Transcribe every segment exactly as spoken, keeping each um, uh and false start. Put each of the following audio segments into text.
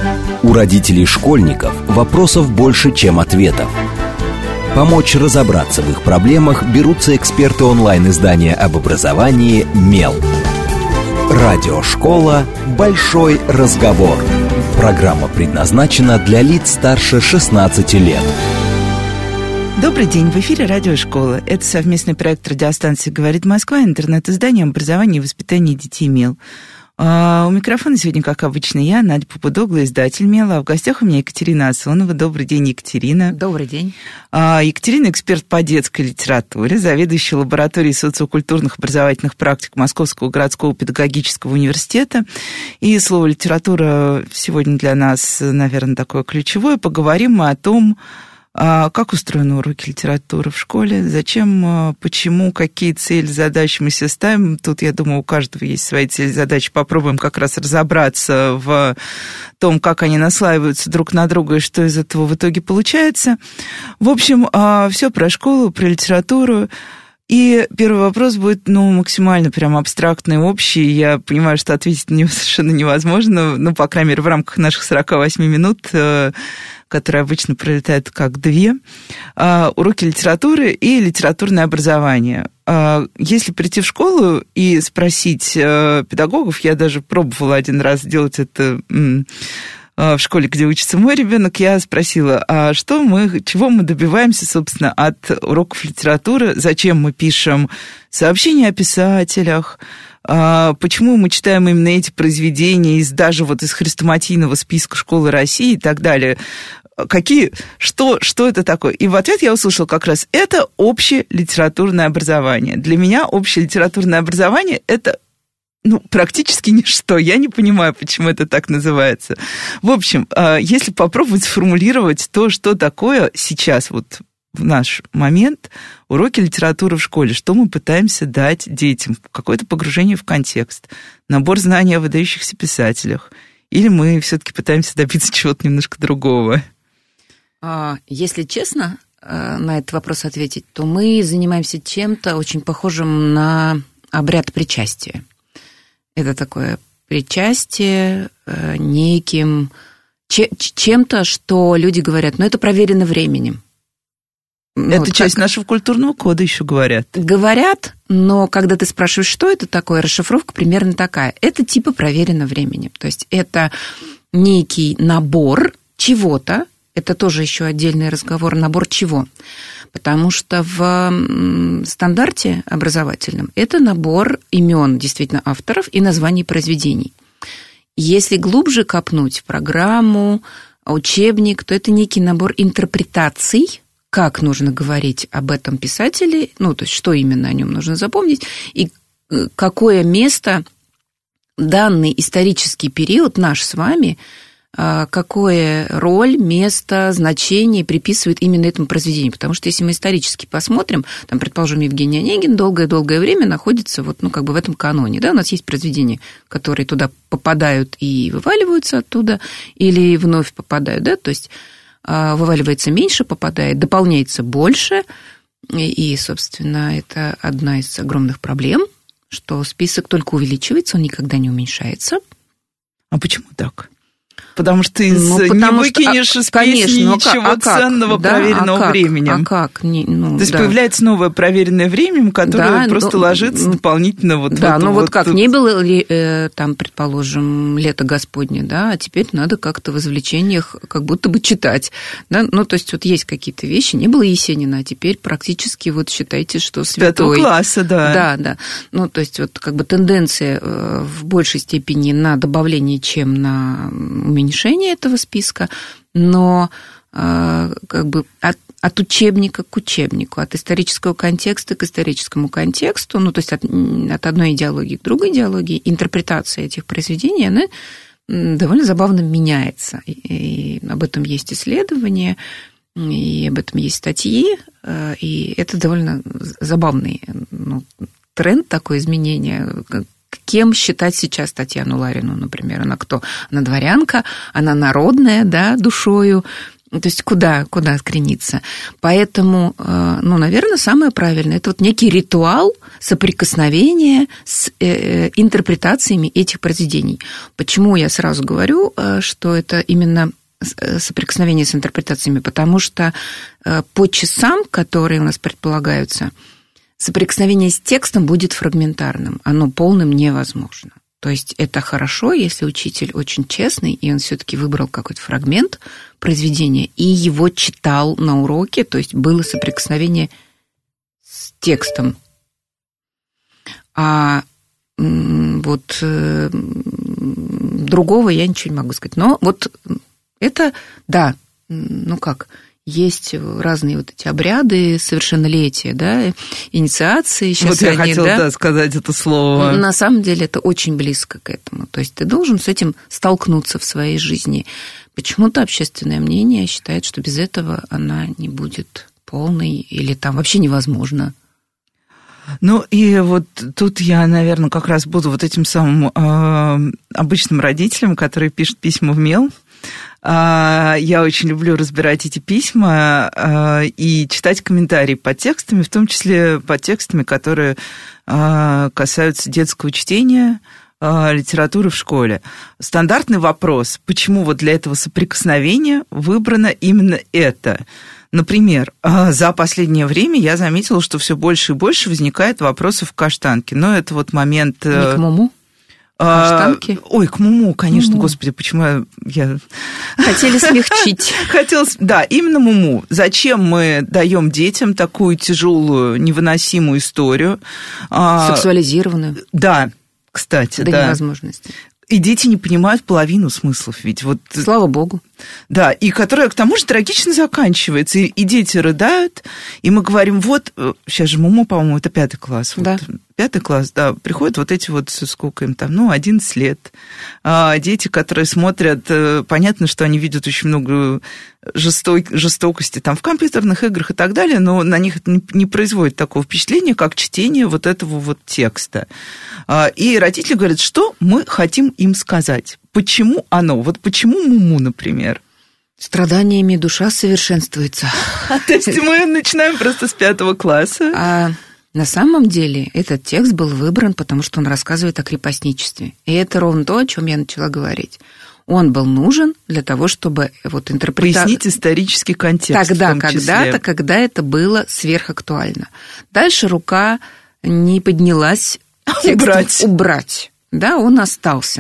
У родителей школьников вопросов больше, чем ответов. Помочь разобраться в их проблемах берутся эксперты онлайн-издания об образовании «Мел». Радиошкола «Большой разговор». Программа предназначена для лиц старше шестнадцати лет. Добрый день, в эфире Радиошкола. Это совместный проект радиостанции «Говорит Москва», интернет-издание образования и воспитания детей «Мел». А у микрофона сегодня, как обычно, я, Надя Попудогла, издатель «Мела», а в гостях у меня Екатерина Асонова. Добрый день, Екатерина. Добрый день. А, Екатерина – эксперт по детской литературе, заведующая лабораторией социокультурных образовательных практик Московского городского педагогического университета. И слово «литература» сегодня для нас, наверное, такое ключевое. Поговорим мы о том, как устроены уроки литературы в школе, зачем, почему, какие цели, задачи мы себе ставим. Тут, я думаю, у каждого есть свои цели, задачи. Попробуем как раз разобраться в том, как они наслаиваются друг на друга и что из этого в итоге получается. В общем, все про школу, про литературу. И первый вопрос будет, ну, максимально прям абстрактный, общий. Я понимаю, что ответить на него совершенно невозможно, ну, по крайней мере, в рамках наших сорока восьми минут, которые обычно пролетают как две. Уроки литературы и литературное образование. Если прийти в школу и спросить педагогов, я даже пробовала один раз делать это в школе, где учится мой ребенок, я спросила, а что мы, чего мы добиваемся, собственно, от уроков литературы, зачем мы пишем сообщения о писателях, почему мы читаем именно эти произведения из даже вот из хрестоматийного списка школы России и так далее. Какие, что, что это такое? И в ответ я услышала как раз, это общее литературное образование. Для меня общее литературное образование – это ну, практически ничто. Я не понимаю, почему это так называется. В общем, если попробовать сформулировать то, что такое сейчас, вот в наш момент, уроки литературы в школе, что мы пытаемся дать детям, какое-то погружение в контекст, набор знаний о выдающихся писателях, или мы все-таки пытаемся добиться чего-то немножко другого? Если честно на этот вопрос ответить, то мы занимаемся чем-то очень похожим на обряд причастия. Это такое причастие неким чем-то, что люди говорят, ну, это проверено временем. Это вот часть как... нашего культурного кода еще говорят. Говорят, но когда ты спрашиваешь, что это такое, расшифровка примерно такая. Это типа проверено временем. То есть это некий набор чего-то, это тоже еще отдельный разговор, набор чего. Потому что в стандарте образовательном это набор имен действительно авторов и названий произведений. Если глубже копнуть в программу, учебник, то это некий набор интерпретаций, как нужно говорить об этом писателе, ну, то есть что именно о нем нужно запомнить, и какое место данный исторический период наш с вами, какое роль, место, значение приписывает именно этому произведению. Потому что если мы исторически посмотрим, там, предположим, Евгений Онегин долгое-долгое время находится вот, ну, как бы в этом каноне. Да? У нас есть произведения, которые туда попадают и вываливаются оттуда, или вновь попадают. Да? То есть вываливается меньше, попадает, дополняется больше. И, собственно, это одна из огромных проблем, что список только увеличивается, он никогда не уменьшается. А почему так? Потому что из, ну, не потому выкинешь что, из конечно, песни ну, ничего а ценного, да, проверенного а как? временем. А как? Не, ну, То есть да. появляется новое проверенное временем, которое да, просто да, ложится дополнительно вот да, в ну вот, вот как, тут... не было ли, э, там, предположим, лето Господне, да, а теперь надо как-то в извлечениях как будто бы читать. Да? Ну, то есть вот есть какие-то вещи, не было Есенина, а теперь практически вот считайте, что святой. Пятого класса, да. Да, да. Ну, то есть вот как бы тенденция в большей степени на добавление, чем на уменьшение этого списка, но как бы от, от учебника к учебнику, от исторического контекста к историческому контексту, ну, то есть от, от одной идеологии к другой идеологии, интерпретация этих произведений, она довольно забавно меняется. И, и об этом есть исследования, и об этом есть статьи, и это довольно забавный ну, тренд, такое изменение. Кем считать сейчас Татьяну Ларину, например? Она кто? Она дворянка, она народная, да, душою. То есть куда, куда скрениться? Поэтому, ну, наверное, самое правильное – это вот некий ритуал соприкосновение с э, интерпретациями этих произведений. Почему я сразу говорю, что это именно соприкосновение с интерпретациями? Потому что по часам, которые у нас предполагаются, соприкосновение с текстом будет фрагментарным, оно полным невозможно. То есть это хорошо, если учитель очень честный, и он все-таки выбрал какой-то фрагмент произведения и его читал на уроке, то есть было соприкосновение с текстом. А вот другого я ничего не могу сказать. Но вот это, да, ну как... Есть разные вот эти обряды совершеннолетия, да, инициации. Сейчас вот я они, хотела да, да, сказать это слово. На самом деле это очень близко к этому. То есть ты должен с этим столкнуться в своей жизни. Почему-то общественное мнение считает, что без этого она не будет полной или там вообще невозможно. Ну, и вот тут я, наверное, как раз буду вот этим самым э, обычным родителем, который пишет письма в мейл. Я очень люблю разбирать эти письма и читать комментарии под текстами, в том числе под текстами, которые касаются детского чтения, литературы в школе. Стандартный вопрос, почему вот для этого соприкосновения выбрано именно это? Например, за последнее время я заметила, что все больше и больше возникает вопросов в каштанке. Но это вот момент... Не к Муму? Каштанки? А, ой, к Муму, конечно, Муму. Господи, почему я... я... Хотели смягчить. Хотелось, да, именно Муму. Зачем мы даем детям такую тяжелую, невыносимую историю? Сексуализированную. Да, кстати, до да. До невозможности. И дети не понимают половину смыслов, ведь вот... Слава богу. Да, и которая, к тому же, трагично заканчивается, и, и дети рыдают, и мы говорим, вот, сейчас же Муму, по-моему, это пятый класс. Да. Вот, пятый класс, да, приходят вот эти вот, сколько им там, ну, одиннадцать лет. А дети, которые смотрят, понятно, что они видят очень много жесток, жестокости там в компьютерных играх и так далее, но на них это не, не производит такого впечатления, как чтение вот этого вот текста. И родители говорят, что мы хотим им сказать. Почему оно? Вот почему Муму, например? Страданиями душа совершенствуется. То есть мы начинаем просто с пятого класса. А на самом деле этот текст был выбран, потому что он рассказывает о крепостничестве. И это ровно то, о чем я начала говорить. Он был нужен для того, чтобы вот интерпретировать... Пояснить исторический контекст. Тогда, когда-то, когда это было сверхактуально. Дальше рука не поднялась убрать. убрать. Да, он остался.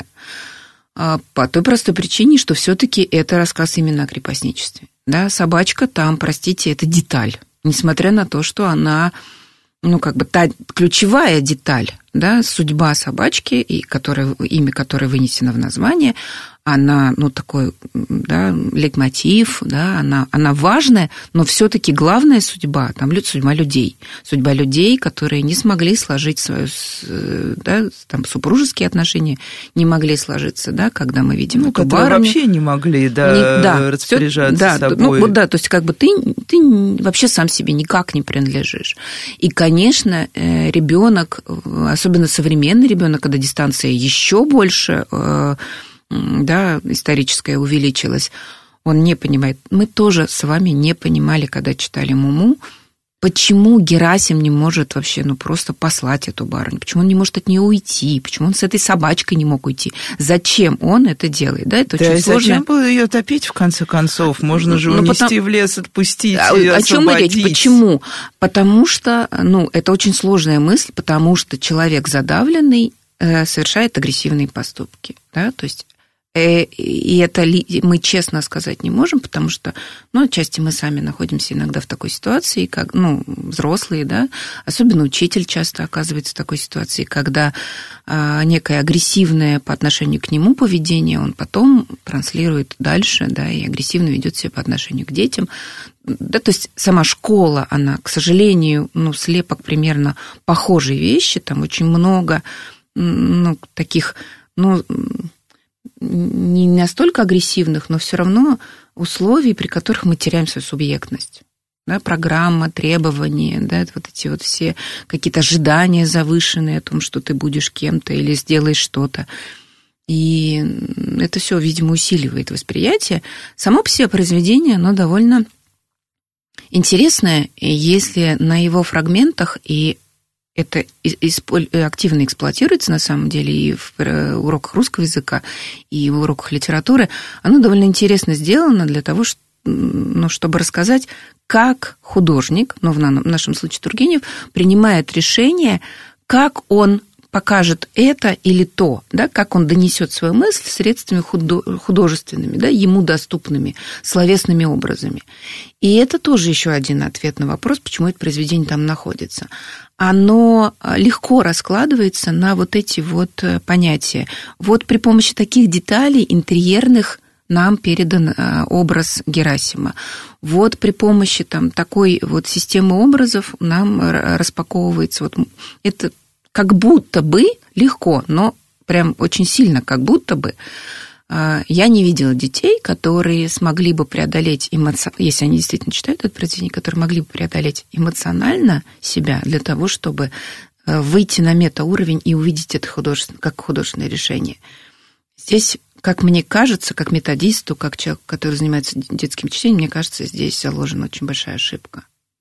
По той простой причине, что все-таки это рассказ именно о крепостничестве. Да, собачка там, простите, это деталь. Несмотря на то, что она, ну, как бы та ключевая деталь, да, судьба собачки, и которая, имя которой вынесено в название, она, ну, такой, да, лейтмотив, да, она, она важная, но все-таки главная судьба, там, судьба людей. Судьба людей, которые не смогли сложить свою, да, там, супружеские отношения, не могли сложиться, да, когда мы видим ну, эту которые барыню. вообще не могли, да, не, да распоряжаться да, собой. Ну, вот, да, то есть, как бы ты, ты вообще сам себе никак не принадлежишь. И, конечно, ребенок, особенно современный ребенок, когда дистанция еще больше, да, историческая увеличилась, он не понимает. Мы тоже с вами не понимали, когда читали Муму, почему Герасим не может вообще, ну, просто послать эту барыню, почему он не может от нее уйти, почему он с этой собачкой не мог уйти, зачем он это делает, да, это да, очень сложно. Зачем было ее топить, в конце концов, можно же ну, унести потом... в лес, отпустить, а, освободить. О чем речь, почему? Потому что, ну, это очень сложная мысль, потому что человек задавленный э, совершает агрессивные поступки, да, то есть и это мы честно сказать не можем, потому что, ну, отчасти мы сами находимся иногда в такой ситуации, как, ну, взрослые, да, особенно учитель часто оказывается в такой ситуации, когда а, некое агрессивное по отношению к нему поведение он потом транслирует дальше, да, и агрессивно ведет себя по отношению к детям. Да, то есть сама школа, она, к сожалению, ну, слепок примерно похожей вещи, там очень много, ну, таких, ну, не настолько агрессивных, но все равно условий, при которых мы теряем свою субъектность. Да, программа, требования, да, вот эти вот все какие-то ожидания завышенные о том, что ты будешь кем-то или сделаешь что-то. И это все, видимо, усиливает восприятие. Само по себе произведение, оно довольно интересное, если на его фрагментах и это активно эксплуатируется на самом деле и в уроках русского языка, и в уроках литературы, оно довольно интересно сделано для того, ну, чтобы рассказать, как художник, ну, в нашем случае Тургенев, принимает решение, как он покажет это или то, да, как он донесет свою мысль средствами художественными, да, ему доступными, словесными образами. И это тоже еще один ответ на вопрос, почему это произведение там находится. Оно легко раскладывается на вот эти вот понятия. Вот при помощи таких деталей интерьерных нам передан образ Герасима. Вот при помощи там, такой вот системы образов нам распаковывается вот это. Как будто бы легко, но прям очень сильно как будто бы я не видела детей, которые смогли бы преодолеть эмоционально, если они действительно читают это произведение, которые могли бы преодолеть эмоционально себя для того, чтобы выйти на метауровень и увидеть это художественно, как художественное решение. Здесь, как мне кажется, как методисту, как человек, который занимается детским чтением, мне кажется, здесь заложена очень большая ошибка.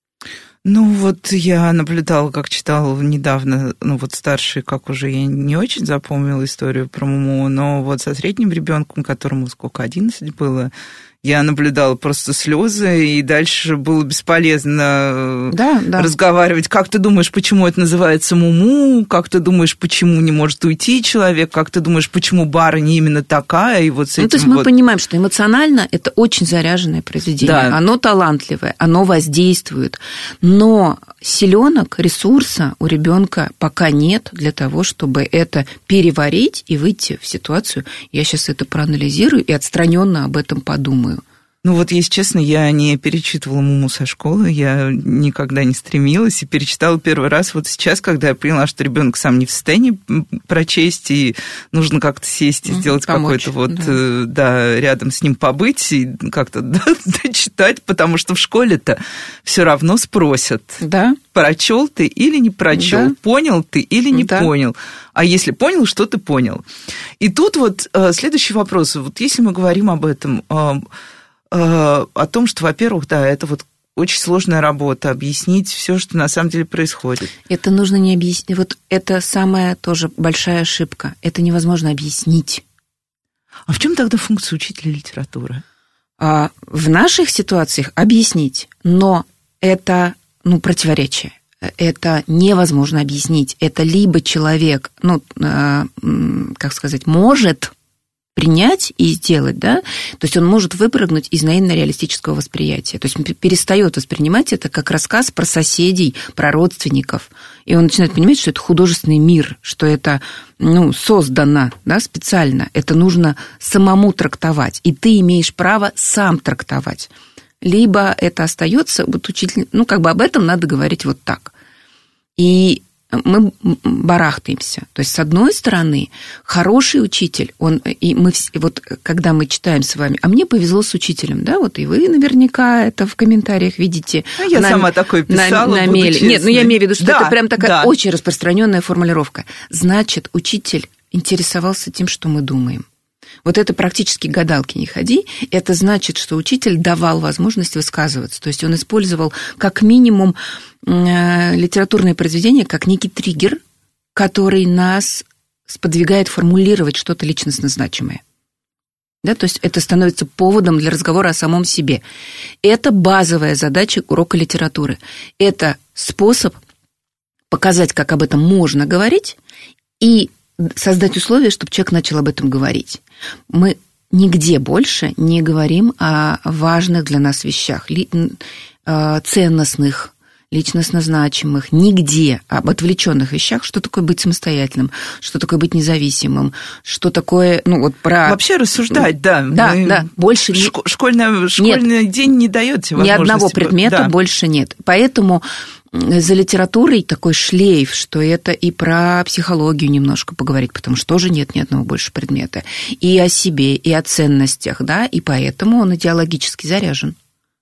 Ну, вот я наблюдала, как читала недавно, ну, вот старший, как уже я не очень запомнила историю про Муму, но вот со средним ребенком, которому сколько, одиннадцать было, я наблюдала просто слезы, и дальше было бесполезно да, да. разговаривать. Как ты думаешь, почему это называется Муму? Как ты думаешь, почему не может уйти человек? Как ты думаешь, почему барыня именно такая? И вот с ну, этим то есть мы вот... понимаем, что эмоционально это очень заряженное произведение. Да. Оно талантливое, оно воздействует. Но силенок, ресурса у ребенка пока нет для того, чтобы это переварить и выйти в ситуацию. Я сейчас это проанализирую и отстраненно об этом подумаю. Ну вот, если честно, я не перечитывала Муму со школы, я никогда не стремилась, и перечитала первый раз вот сейчас, когда я поняла, что ребенок сам не в состоянии прочесть, и нужно как-то сесть и сделать какой-то вот, да. да, рядом с ним побыть и как-то дочитать, потому что в школе-то все равно спросят, да. прочел ты или не прочел, да. понял ты или не да. понял, а если понял, что ты понял. И тут вот следующий вопрос, вот если мы говорим об этом... о том, что, во-первых, да, это вот очень сложная работа, объяснить все, что на самом деле происходит. Это нужно не объяснить. Вот это самая тоже большая ошибка. Это невозможно объяснить. А в чем тогда функция учителя литературы? А в наших ситуациях объяснить, но это, ну, противоречие. Это невозможно объяснить. Это либо человек, ну, как сказать, может... принять и сделать, да, то есть он может выпрыгнуть из наивно-реалистического восприятия, то есть он перестает воспринимать это как рассказ про соседей, про родственников, и он начинает понимать, что это художественный мир, что это, ну, создано, да, специально, это нужно самому трактовать, и ты имеешь право сам трактовать, либо это остается, вот учитель, ну, как бы об этом надо говорить вот так, и мы барахтаемся. То есть, с одной стороны, хороший учитель, он, и мы, вот когда мы читаем с вами, а мне повезло с учителем, да, вот и вы наверняка это в комментариях видите. А я на, сама такое писала, на, на мели. Нет, ну я имею в виду, что да, это прям такая да. очень распространенная формулировка. Значит, учитель интересовался тем, что мы думаем. Вот это практически гадалки не ходи, это значит, что учитель давал возможность высказываться, то есть он использовал как минимум литературное произведение как некий триггер, который нас сподвигает формулировать что-то личностно значимое. Да, то есть это становится поводом для разговора о самом себе. Это базовая задача урока литературы. Это способ показать, как об этом можно говорить, и создать условия, чтобы человек начал об этом говорить. Мы нигде больше не говорим о важных для нас вещах, ценностных, личностно значимых, нигде об отвлеченных вещах, что такое быть самостоятельным, что такое быть независимым, что такое, ну вот про... Вообще рассуждать, да. Да, Мы... да, больше... Шко- школьный школьный нет. день не дает тебе возможности. Ни одного предмета да. больше нет. Поэтому за литературой такой шлейф, что это и про психологию немножко поговорить, потому что тоже нет ни одного больше предмета. И о себе, и о ценностях, да, и поэтому он идеологически заряжен.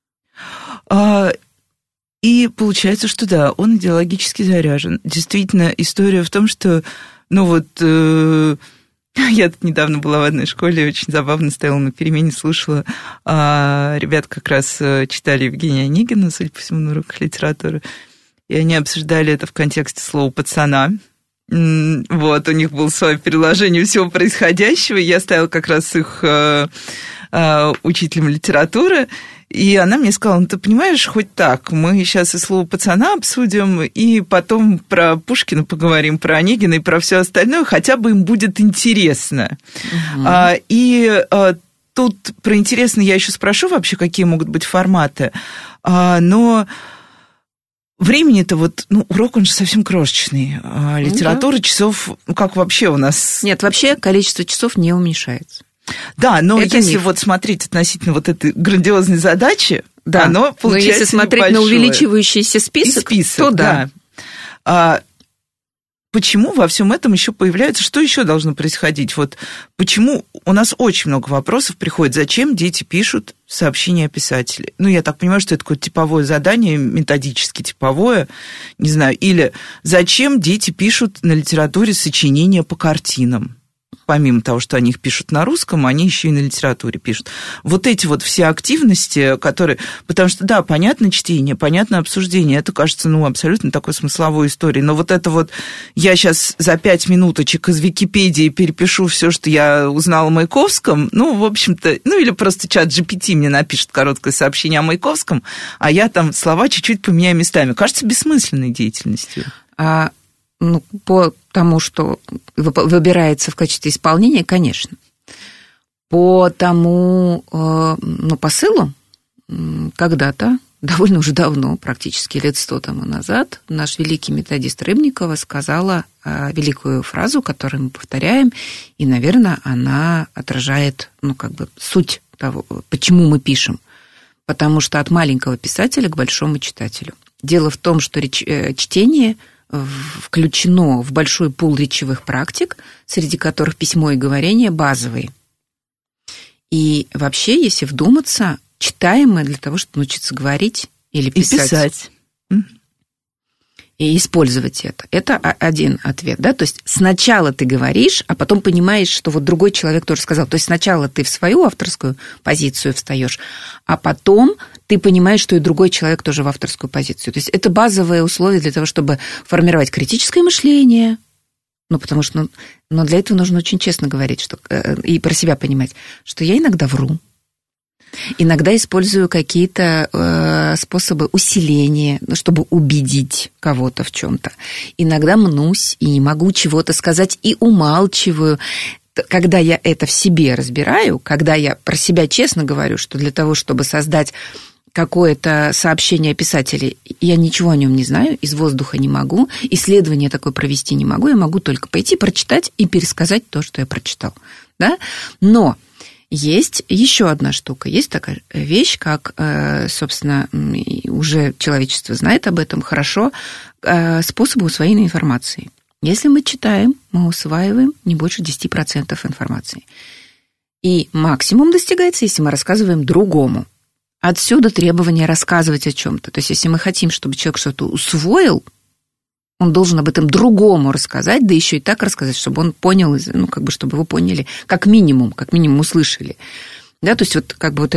А... И получается, что да, он идеологически заряжен. Действительно, история в том, что, ну вот, э, я тут недавно была в одной школе, очень забавно стояла на перемене, слушала, а ребята как раз читали Евгения Онегина, судя по всему, на уроках литературы. и они обсуждали это в контексте слова «пацана». Вот, у них было свое переложение всего происходящего, я стояла как раз с их э, э, учителем литературы, и она мне сказала: ну, ты понимаешь, хоть так, мы сейчас и слово «пацана» обсудим, и потом про Пушкина поговорим, про Онегина и про все остальное, хотя бы им будет интересно. Угу. А, и а, тут про интересно я еще спрошу вообще, какие могут быть форматы, а, но... Времени-то вот, ну, урок, он же совсем крошечный. А литература, да. Часов, ну, как вообще у нас... Нет, вообще количество часов не уменьшается. Да, но это если миф. Вот смотреть относительно вот этой грандиозной задачи, да. оно получается но если смотреть небольшое. На увеличивающийся список, список то да. да. А, почему во всем этом еще появляется, что еще должно происходить? Вот почему у нас очень много вопросов приходит, зачем дети пишут сообщения о писателе? Ну, я так понимаю, что это какое-то типовое задание, методически типовое, не знаю, или зачем дети пишут на литературе сочинения по картинам? Помимо того, что они их пишут на русском, они еще и на литературе пишут. Вот эти вот все активности, которые... Потому что, да, понятно чтение, понятно обсуждение, это, кажется, ну, абсолютно такой смысловой историей. Но вот это вот... Я сейчас за пять минуточек из Википедии перепишу все, что я узнала о Маяковском, ну, в общем-то... Ну, или просто чат джи пи ти мне напишет короткое сообщение о Маяковском, а я там слова чуть-чуть поменяю местами. Кажется, бессмысленной деятельностью. А... Ну, по тому, что выбирается в качестве исполнения, конечно. По тому, ну, посылу, когда-то, довольно уже давно, практически лет сто тому назад, наш великий методист Рыбникова сказала великую фразу, которую мы повторяем, и, наверное, она отражает, ну, как бы суть того, почему мы пишем. Потому что от маленького писателя к большому читателю. Дело в том, что реч... чтение включено в большой пул речевых практик, среди которых письмо и говорение базовые. И вообще, если вдуматься, читаем мы для того, чтобы научиться говорить или писать. И писать. И использовать это. Это один ответ, да, то есть сначала ты говоришь, а потом понимаешь, что вот другой человек тоже сказал. То есть сначала ты в свою авторскую позицию встаешь, а потом ты понимаешь, что и другой человек тоже в авторскую позицию. То есть это базовые условия для того, чтобы формировать критическое мышление. Ну, потому что, ну, но для этого нужно очень честно говорить, что, и про себя понимать, что я иногда вру. Иногда использую какие-то э, способы усиления, чтобы убедить кого-то в чем-то. Иногда мнусь и не могу чего-то сказать и умалчиваю. Когда я это в себе разбираю, когда я про себя честно говорю, что для того, чтобы создать какое-то сообщение о писателе, я ничего о нем не знаю, из воздуха не могу, исследование такое провести не могу, я могу только пойти, прочитать и пересказать то, что я прочитал. Да? Но есть еще одна штука. Есть такая вещь, как, собственно, уже человечество знает об этом хорошо, способы усвоения информации. Если мы читаем, мы усваиваем не больше десять процентов информации. И максимум достигается, если мы рассказываем другому. Отсюда требование рассказывать о чем-то. То есть, если мы хотим, чтобы человек что-то усвоил, он должен об этом другому рассказать, да еще и так рассказать, чтобы он понял, ну, как бы, чтобы его поняли, как минимум, как минимум услышали. Да, то есть, вот как бы вот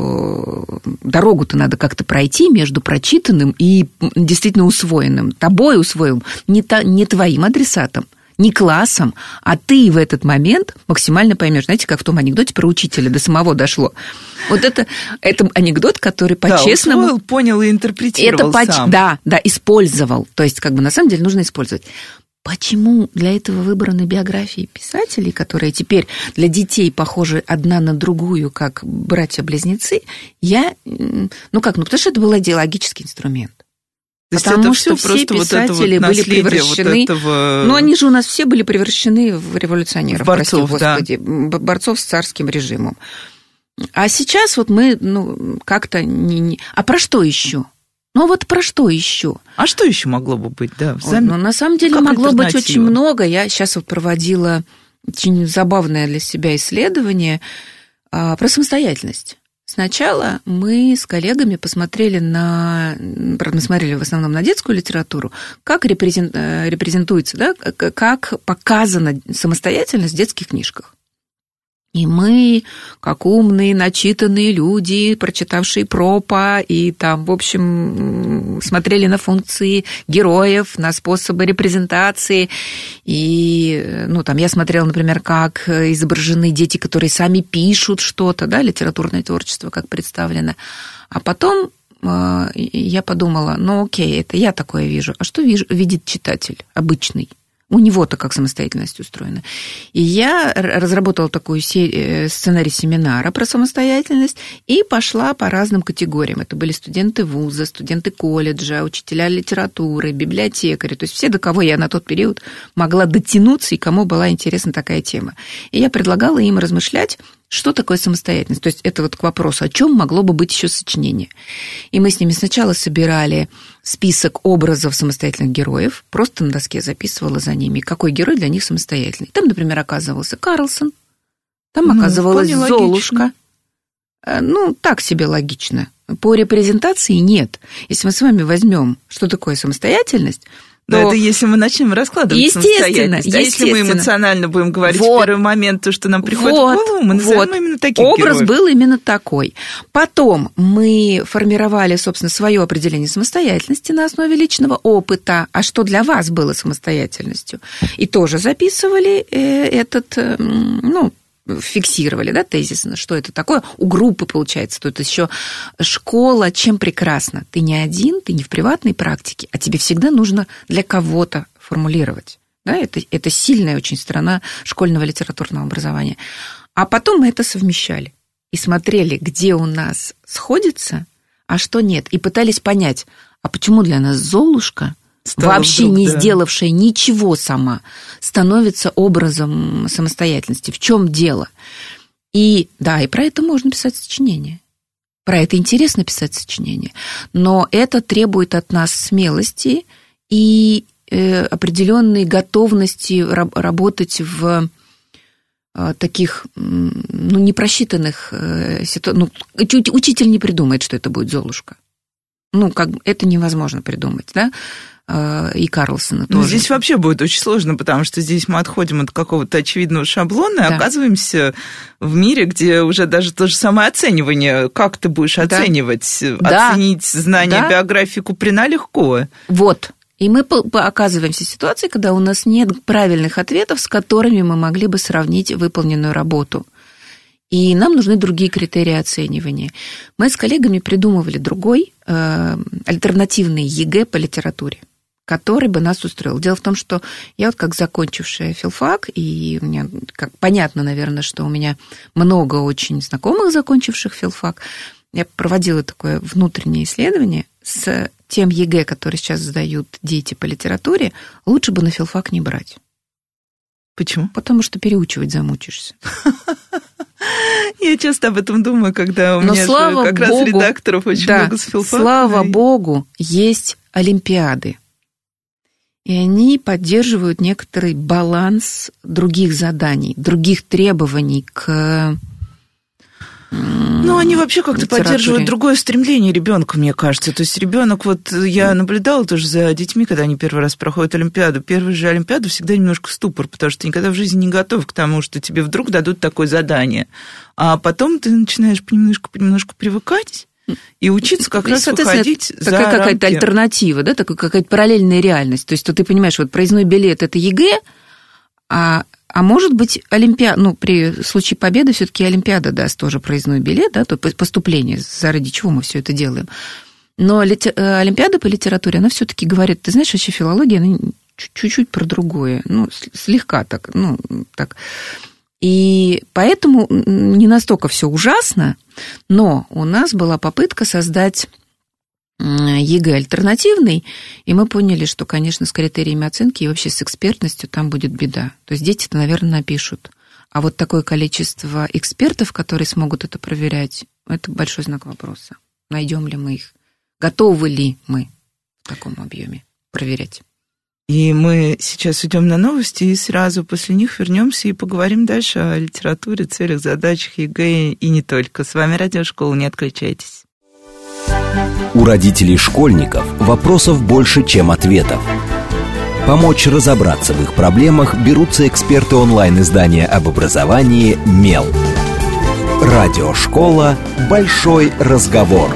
эту дорогу-то надо как-то пройти между прочитанным и действительно усвоенным. Тобой усвоим, не, та, не твоим адресатом, не классом, а ты в этот момент максимально поймешь. Знаете, как в том анекдоте про учителя, до самого дошло. Вот это, это анекдот, который по-честному... Да, усвоил, понял и интерпретировал это по... сам. Да, да, использовал. То есть, как бы, на самом деле, нужно использовать. Почему для этого выбраны биографии писателей, которые теперь для детей похожи одна на другую, как братья-близнецы, я... Ну как, ну потому что это был идеологический инструмент. То есть Потому это что все писатели вот вот были превращены... Вот этого... Ну, они же у нас все были превращены в революционеров, в борцов, прости господи, да. борцов с царским режимом. А сейчас вот мы, ну, как-то... Не, не... А про что еще? Ну, вот про что еще? А что еще могло бы быть, да? Взамен... Ну, на самом деле, как могло быть очень много. Я сейчас вот проводила очень забавное для себя исследование а, про самостоятельность. Сначала мы с коллегами посмотрели на, правда, смотрели в основном на детскую литературу, как репрезентуется, да, как показана самостоятельность в детских книжках. И мы, как умные, начитанные люди, прочитавшие пропа, и там, в общем, смотрели на функции героев, на способы репрезентации. И, ну, там я смотрела, например, как изображены дети, которые сами пишут что-то, да, литературное творчество, как представлено. А потом э, я подумала, ну, окей, это я такое вижу. А что вижу, видит читатель обычный? У него-то как самостоятельность устроена. И я разработала такой сценарий семинара про самостоятельность и пошла по разным категориям. Это были студенты вуза, студенты колледжа, учителя литературы, библиотекари. То есть все, до кого я на тот период могла дотянуться и кому была интересна такая тема. И я предлагала им размышлять, что такое самостоятельность. То есть это вот к вопросу, о чем могло бы быть еще сочинение. И мы с ними сначала собирали список образов самостоятельных героев, просто на доске записывала за ними, какой герой для них самостоятельный. Там, например, оказывался Карлсон, там ну, оказывалась Золушка. Логично. Ну, так себе логично. По репрезентации нет. Если мы с вами возьмем, что такое самостоятельность, но это если мы начнем раскладывать самостоятельность. А если мы эмоционально будем говорить вот, в первый момент то, что нам приходит вот, в голову, мы назовем вот. именно таких Образ героев. был именно такой. Потом мы формировали, собственно, свое определение самостоятельности на основе личного опыта. А что для вас было самостоятельностью? И тоже записывали этот, ну, фиксировали, да, тезисно, что это такое. У группы, получается, то это еще школа, чем прекрасна. Ты не один, ты не в приватной практике, а тебе всегда нужно для кого-то формулировать. Да, это, это сильная очень сторона школьного литературного образования. А потом мы это совмещали и смотрели, где у нас сходится, а что нет. И пытались понять, а почему для нас Золушка, Стала вообще вдруг, не да. сделавшая ничего сама, становится образом самостоятельности. В чем дело? И да, и про это можно писать сочинение. Про это интересно писать сочинение. Но это требует от нас смелости и э, определенной готовности раб- работать в э, таких ну, непросчитанных э, ситуациях. Ну, учитель не придумает, что это будет Золушка. Ну, как это невозможно придумать, да? И Карлсона тоже. Но здесь вообще будет очень сложно, потому что здесь мы отходим от какого-то очевидного шаблона да. и оказываемся в мире, где уже даже то же самое оценивание, как ты будешь да. оценивать, да. оценить знания да. биографии Куприна легко. Вот. И мы оказываемся в ситуации, когда у нас нет правильных ответов, с которыми мы могли бы сравнить выполненную работу. И нам нужны другие критерии оценивания. Мы с коллегами придумывали другой, э, альтернативный ЕГЭ по литературе, который бы нас устроил. Дело в том, что я вот как закончившая филфак, и у меня, как понятно, наверное, что у меня много очень знакомых, закончивших филфак, я проводила такое внутреннее исследование с тем ЕГЭ, который сейчас сдают дети по литературе, лучше бы на филфак не брать. Почему? Потому что переучивать замучишься. Я часто об этом думаю, когда у Но меня слава же как Богу, раз редакторов очень да, много с филфаком. Слава Богу, есть олимпиады. И они поддерживают некоторый баланс других заданий, других требований к Ну, они вообще как-то литературе. Поддерживают другое стремление ребенка, мне кажется. То есть ребенок, вот я наблюдала тоже за детьми, когда они первый раз проходят Олимпиаду. Первую же Олимпиаду всегда немножко ступор, потому что ты никогда в жизни не готов к тому, что тебе вдруг дадут такое задание. А потом ты начинаешь понемножку-понемножку привыкать и учиться как и, раз выходить за такая какая-то рамки. Альтернатива, да, такая какая-то параллельная реальность. То есть, что ты понимаешь, вот проездной билет – это ЕГЭ, а А может быть, олимпиада, ну, при случае победы все-таки Олимпиада даст тоже проездной билет, да, то поступление, заради чего мы все это делаем. Но литер... Олимпиада по литературе, она все-таки говорит, ты знаешь, вообще филология, она чуть-чуть про другое, ну, слегка так, ну, так. И поэтому не настолько все ужасно, но у нас была попытка создать ЕГЭ альтернативный, и мы поняли, что, конечно, с критериями оценки и вообще с экспертностью там будет беда. То есть дети-то, наверное, напишут. А вот такое количество экспертов, которые смогут это проверять, это большой знак вопроса. Найдем ли мы их? Готовы ли мы в таком объеме проверять? И мы сейчас идем на новости, и сразу после них вернемся и поговорим дальше о литературе, целях, задачах ЕГЭ и не только. С вами Радиошкола, не отключайтесь. У родителей школьников вопросов больше, чем ответов. Помочь разобраться в их проблемах берутся эксперты онлайн-издания об образовании «Мел». Радиошкола «Большой разговор».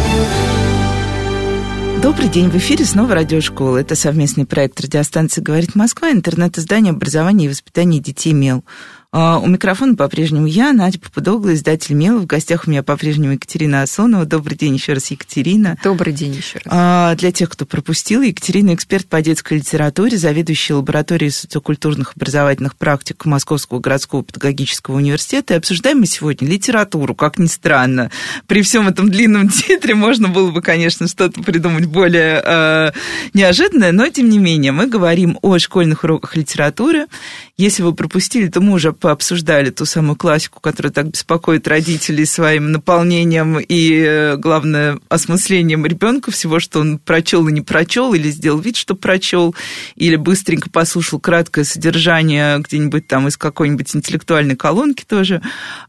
Добрый день, в эфире снова радиошкола. Это совместный проект радиостанции «Говорит Москва», интернет-издание образования и воспитания детей «Мел». У микрофона по-прежнему я, Надя Попудогла, издатель «Мела». В гостях у меня по-прежнему Екатерина Асонова. Добрый день еще раз, Екатерина. Добрый день еще раз. Для тех, кто пропустил, Екатерина – эксперт по детской литературе, заведующая лабораторией социокультурных образовательных практик Московского городского педагогического университета. И обсуждаем мы сегодня литературу, как ни странно. При всем этом длинном титре можно было бы, конечно, что-то придумать более э, неожиданное, но, тем не менее, мы говорим о школьных уроках литературы. Если вы пропустили, то мы уже пообсуждали ту самую классику, которая так беспокоит родителей своим наполнением и, главное, осмыслением ребенка, всего, что он прочел и не прочел, или сделал вид, что прочел, или быстренько послушал краткое содержание где-нибудь там из какой-нибудь интеллектуальной колонки тоже.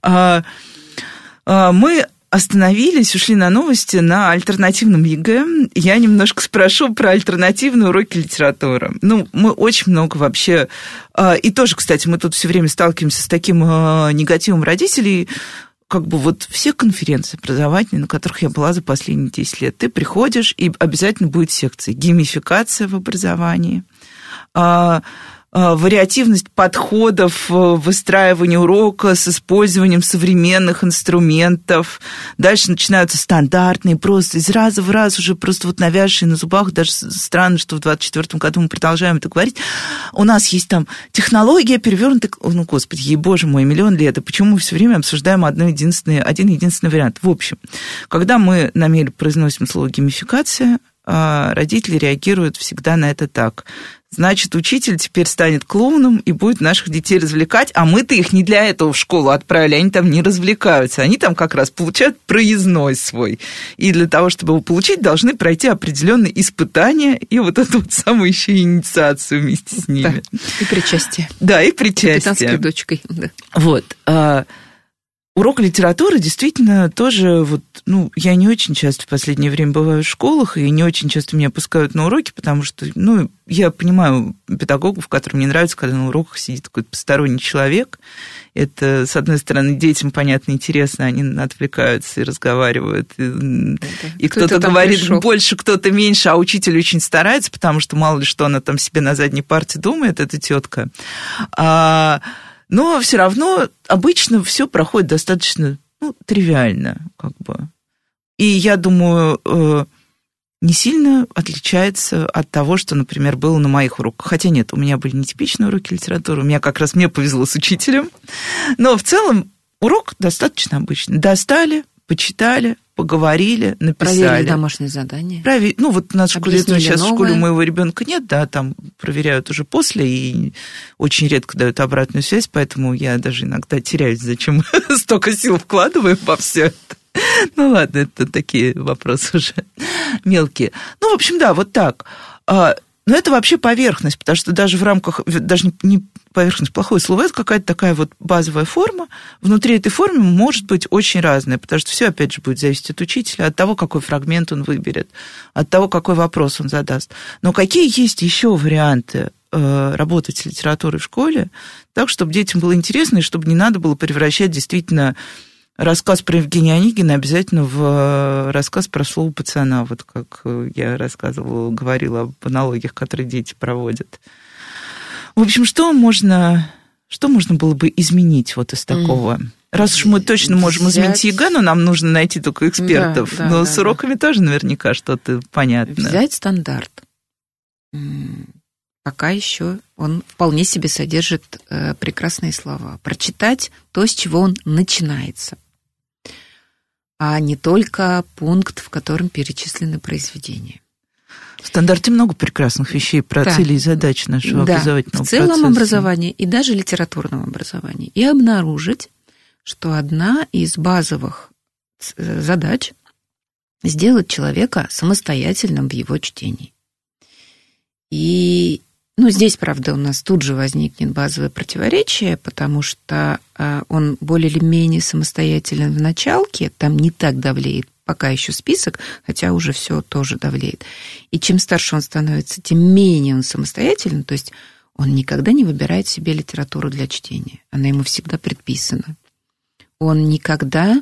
Мы остановились, ушли на новости на альтернативном ЕГЭ. Я немножко спрошу про альтернативные уроки литературы. Ну, мы очень много вообще... И тоже, кстати, мы тут все время сталкиваемся с таким негативом родителей, как бы вот все конференции образовательные, на которых я была за последние десять лет, ты приходишь, и обязательно будет секция. Геймификация в образовании, вариативность подходов в выстраивании урока с использованием современных инструментов. Дальше начинаются стандартные, просто из раза в раз уже просто вот навязшие на зубах. Даже странно, что в двадцать четвёртом году мы продолжаем это говорить. У нас есть там технология перевернутая... Ну, господи, ей, боже мой, миллион лет. И почему мы все время обсуждаем одно единственное, один единственный вариант? В общем, когда мы на Меле произносим слово «геймификация», родители реагируют всегда на это так. Значит, учитель теперь станет клоуном и будет наших детей развлекать, а мы-то их не для этого в школу отправили, они там не развлекаются, они там как раз получают проездной свой. И для того, чтобы его получить, должны пройти определенные испытания и вот эту вот самую еще инициацию вместе с ними. Да, и причастие. Да, и причастие. Капитанской дочкой. Да. Вот. Урок литературы действительно тоже, вот, ну, я не очень часто в последнее время бываю в школах, и не очень часто меня пускают на уроки, потому что, ну, я понимаю педагогов, которым не нравится, когда на уроках сидит какой-то посторонний человек. Это, с одной стороны, детям, понятно, интересно, они отвлекаются и разговаривают, и, и кто-то, кто-то говорит пришел. Больше, кто-то меньше, а учитель очень старается, потому что мало ли что она там себе на задней парте думает, эта тетка. А... Но все равно обычно все проходит достаточно, ну, тривиально, как бы. И я думаю, не сильно отличается от того, что, например, было на моих уроках. Хотя нет, у меня были нетипичные уроки литературы, у меня как раз мне повезло с учителем. Но в целом урок достаточно обычный. Достали, почитали, поговорили, написали. Проверили домашние задания. Проверили. Ну, вот у нас в школе, сейчас новое. В школе у моего ребенка нет, да, там проверяют уже после и очень редко дают обратную связь, поэтому я даже иногда теряюсь, зачем столько сил вкладываем во все это. Ну, ладно, это такие вопросы уже мелкие. Ну, в общем, да, вот так. Но это вообще поверхность, потому что даже в рамках, даже не поверхность, плохое слово, это какая-то такая вот базовая форма. Внутри этой формы может быть очень разное, потому что все, опять же, будет зависеть от учителя, от того, какой фрагмент он выберет, от того, какой вопрос он задаст. Но какие есть еще варианты работать с литературой в школе так, чтобы детям было интересно, и чтобы не надо было превращать действительно рассказ про Евгения Онегина обязательно в рассказ про слово пацана, вот как я рассказывала, говорила об аналогиях, которые дети проводят. В общем, что можно, что можно было бы изменить вот из такого? Раз уж мы точно можем Взять... изменить ЕГЭ, но нам нужно найти только экспертов. Да, да, но да, с уроками да. тоже наверняка что-то понятно. Взять стандарт. Пока еще он вполне себе содержит прекрасные слова. Прочитать то, с чего он начинается, а не только пункт, в котором перечислены произведения. В стандарте много прекрасных вещей про да. цели и задачи нашего да. образовательного процесса. В целом образования и даже литературного образования. И обнаружить, что одна из базовых задач – сделать человека самостоятельным в его чтении. И Ну, здесь, правда, у нас тут же возникнет базовое противоречие, потому что он более или менее самостоятелен в началке, там не так давлеет пока еще список, хотя уже все тоже давлеет. И чем старше он становится, тем менее он самостоятелен, то есть он никогда не выбирает себе литературу для чтения, она ему всегда предписана. Он никогда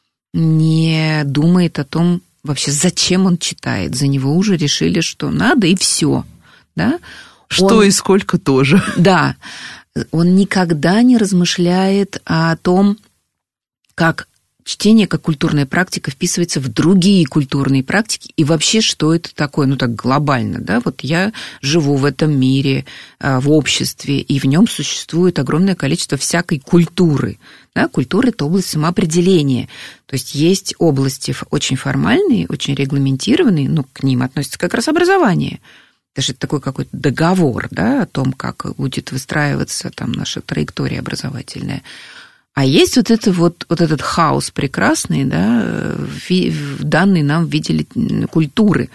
не думает о том, вообще, зачем он читает, за него уже решили, что надо, и все, да? Что он, и сколько тоже. Да. Он никогда не размышляет о том, как чтение, как культурная практика вписывается в другие культурные практики, и вообще, что это такое, ну так глобально, да, вот я живу в этом мире, в обществе, и в нем существует огромное количество всякой культуры, да, культура – это область самоопределения, то есть есть области очень формальные, очень регламентированные, но к ним относится как раз образование. Даже такой какой-то договор, да, о том, как будет выстраиваться там наша траектория образовательная. А есть вот, это вот, вот этот хаос прекрасный, да, данный нам в виде культуры.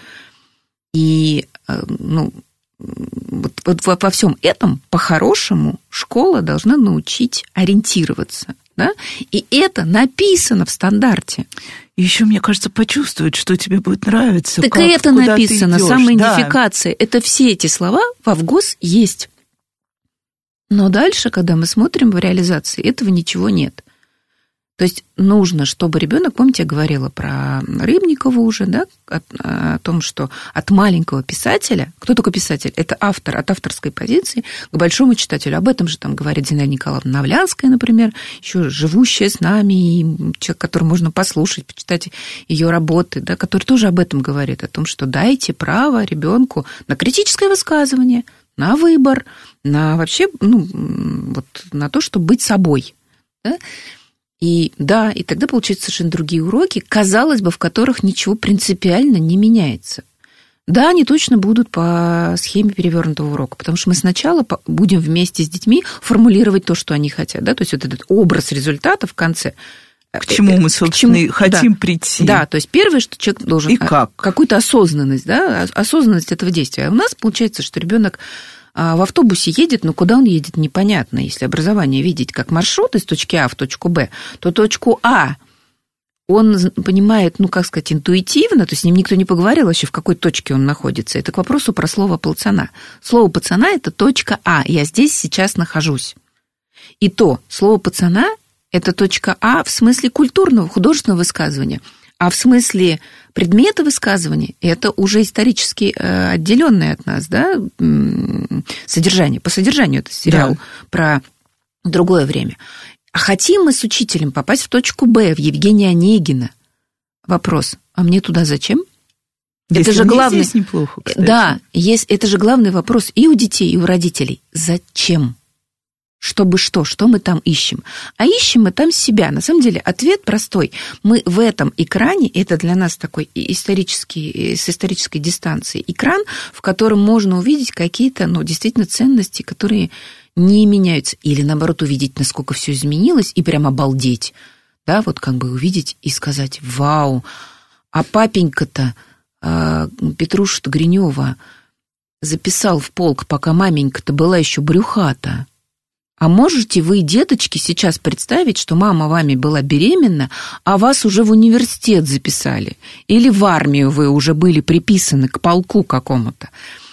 И ну, вот, вот во всем этом, по-хорошему, школа должна научить ориентироваться. Да? И это написано в стандарте. Еще, мне кажется, почувствовать, что тебе будет нравиться. Так как, и это написано, самоидентификация. Да. Это все эти слова во ВГОС есть. Но дальше, когда мы смотрим в реализации, этого ничего нет. То есть нужно, чтобы ребенок, помните, я говорила про Рыбникова уже, да, о, о том, что от маленького писателя, кто такой писатель? Это автор, от авторской позиции к большому читателю. Об этом же там говорит Зинаида Николаевна Навлянская, например, еще живущая с нами, и человек, который можно послушать, почитать ее работы, да, который тоже об этом говорит, о том, что дайте право ребенку на критическое высказывание, на выбор, на вообще, ну, вот, на то, чтобы быть собой, да? И да, и тогда получаются совершенно другие уроки, казалось бы, в которых ничего принципиально не меняется. Да, они точно будут по схеме перевернутого урока, потому что мы сначала будем вместе с детьми формулировать то, что они хотят, да, то есть вот этот образ результата в конце. К чему мы, собственно, чему, хотим да, прийти. Да, то есть первое, что человек должен... И как? Какую-то осознанность, да, осознанность этого действия. А у нас получается, что ребенок в автобусе едет, но куда он едет, непонятно. Если образование видеть как маршрут из точки А в точку Б, то точку А он понимает, ну, как сказать, интуитивно, то есть с ним никто не поговорил вообще, в какой точке он находится. Это к вопросу про слово пацана. Слово пацана – это точка А, я здесь сейчас нахожусь. И то, слово пацана – это точка А в смысле культурного, художественного высказывания, а в смысле предмета высказывания это уже исторически отделенное от нас, да, содержание. По содержанию это сериал, да, про другое время. А хотим мы с учителем попасть в точку Б, в Евгения Онегина. Вопрос, а мне туда зачем? Если это же главный... здесь неплохо, кстати. Да, есть... это же главный вопрос и у детей, и у родителей. Зачем? Чтобы что? Что мы там ищем? А ищем мы там себя. На самом деле ответ простой. Мы в этом экране, это для нас такой исторический, с исторической дистанции экран, в котором можно увидеть какие-то, ну, действительно ценности, которые не меняются. Или, наоборот, увидеть, насколько все изменилось, и прям обалдеть. Да, вот как бы увидеть и сказать: вау, а папенька-то, Петруша-то Гринева записал в полк, пока маменька-то была еще брюхата. А можете вы, деточки, сейчас представить, что мама вами была беременна, а вас уже в университет записали? Или в армию вы уже были приписаны к полку какому-то?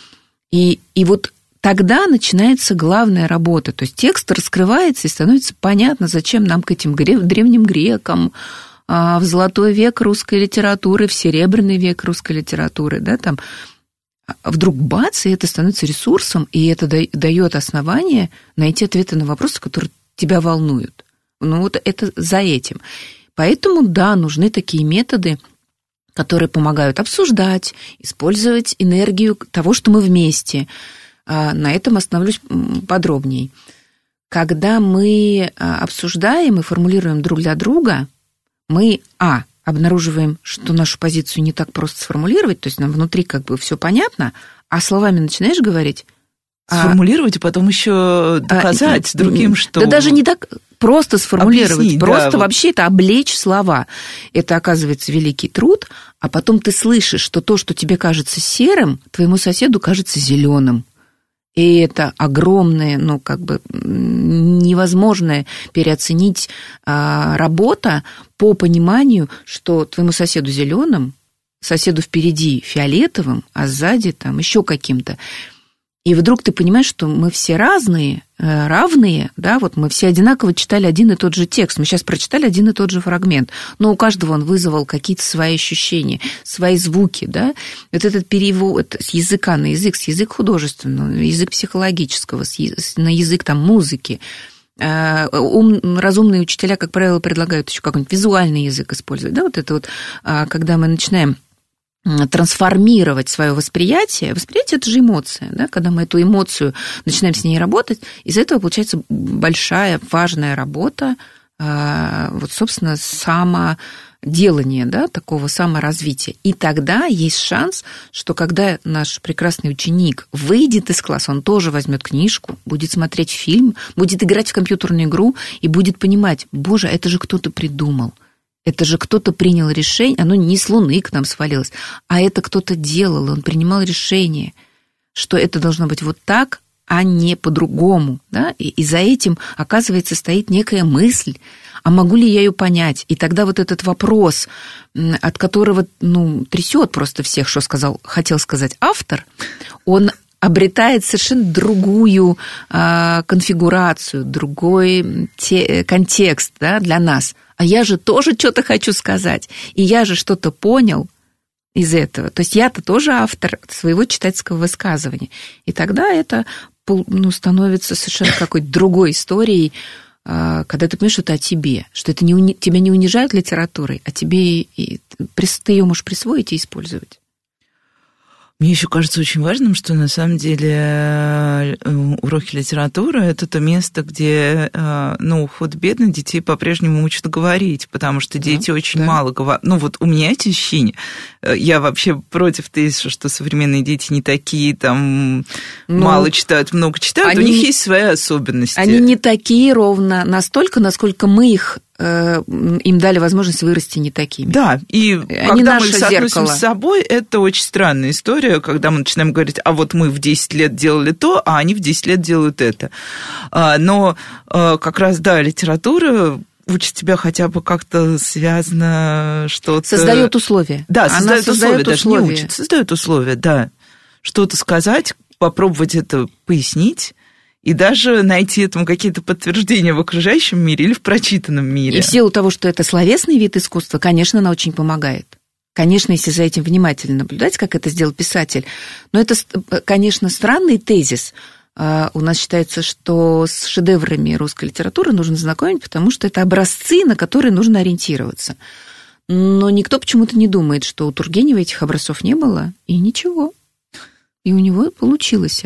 И, и вот тогда начинается главная работа. То есть текст раскрывается, и становится понятно, зачем нам к этим древним грекам, в золотой век русской литературы, в серебряный век русской литературы, да, там... Вдруг бац, и это становится ресурсом, и это дает основание найти ответы на вопросы, которые тебя волнуют. Ну вот это за этим. Поэтому, да, нужны такие методы, которые помогают обсуждать, использовать энергию того, что мы вместе. На этом остановлюсь подробнее. Когда мы обсуждаем и формулируем друг для друга, мы, а, обнаруживаем, что нашу позицию не так просто сформулировать, то есть нам внутри как бы все понятно, а словами начинаешь говорить... Сформулировать, а потом еще доказать а, другим, что... Да даже не так просто сформулировать, объяснить, просто да, вообще это облечь слова. Это, оказывается, великий труд, а потом ты слышишь, что то, что тебе кажется серым, твоему соседу кажется зеленым. И это огромная, ну, как бы невозможная переоценить а, работа по пониманию, что твоему соседу зеленым, соседу впереди фиолетовым, а сзади там еще каким-то. И вдруг ты понимаешь, что мы все разные, равные, да, вот мы все одинаково читали один и тот же текст, мы сейчас прочитали один и тот же фрагмент, но у каждого он вызвал какие-то свои ощущения, свои звуки, да, вот этот перевод с языка на язык, с языка художественного, на язык психологического, на язык там музыки. Ум, разумные учителя, как правило, предлагают еще какой-нибудь визуальный язык использовать, да, вот это вот, когда мы начинаем трансформировать свое восприятие. Восприятие – это же эмоция, да? Когда мы эту эмоцию начинаем с ней работать, из этого получается большая, важная работа, вот, собственно, самоделание, да, такого саморазвития. И тогда есть шанс, что когда наш прекрасный ученик выйдет из класса, он тоже возьмет книжку, будет смотреть фильм, будет играть в компьютерную игру и будет понимать: боже, это же кто-то придумал. Это же кто-то принял решение, оно не с Луны к нам свалилось, а это кто-то делал, он принимал решение, что это должно быть вот так, а не по-другому. Да? И, и за этим, оказывается, стоит некая мысль, а могу ли я ее понять? И тогда вот этот вопрос, от которого, ну, трясет просто всех, что сказал, хотел сказать автор, он обретает совершенно другую э, конфигурацию, другой те, контекст, да, для нас. А я же тоже что-то хочу сказать, и я же что-то понял из этого. То есть я-то тоже автор своего читательского высказывания. И тогда это, ну, становится совершенно какой-то другой историей, э, когда ты понимаешь, что это о тебе, что это не уни... тебя не унижают литературой, а тебе и... ты ее можешь присвоить и использовать. Мне еще кажется очень важным, что на самом деле уроки литературы – это то место, где, ну, худо-бедно детей по-прежнему учат говорить, потому что дети да, очень да. мало говорят. Ну, вот у меня эти ощущения. Я вообще против тезиса, что современные дети не такие, там, ну, мало читают, много читают. Они, у них есть свои особенности. Они не такие ровно настолько, насколько мы их им дали возможность вырасти не такими. Да, и они когда мы их соотносим с собой, это очень странная история, когда мы начинаем говорить: а вот мы в десять лет делали то, а они в десять лет делают это. Но как раз, да, литература учит тебя хотя бы как-то связано что-то... Создает условия. Да, создает условия, даже условия. не учит, создает условия, да. Что-то сказать, попробовать это пояснить, и даже найти этому какие-то подтверждения в окружающем мире или в прочитанном мире. И в силу того, что это словесный вид искусства, конечно, она очень помогает. Конечно, если за этим внимательно наблюдать, как это сделал писатель. Но это, конечно, странный тезис. У нас считается, что с шедеврами русской литературы нужно знакомить, потому что это образцы, на которые нужно ориентироваться. Но никто почему-то не думает, что у Тургенева этих образцов не было, и ничего. И у него получилось.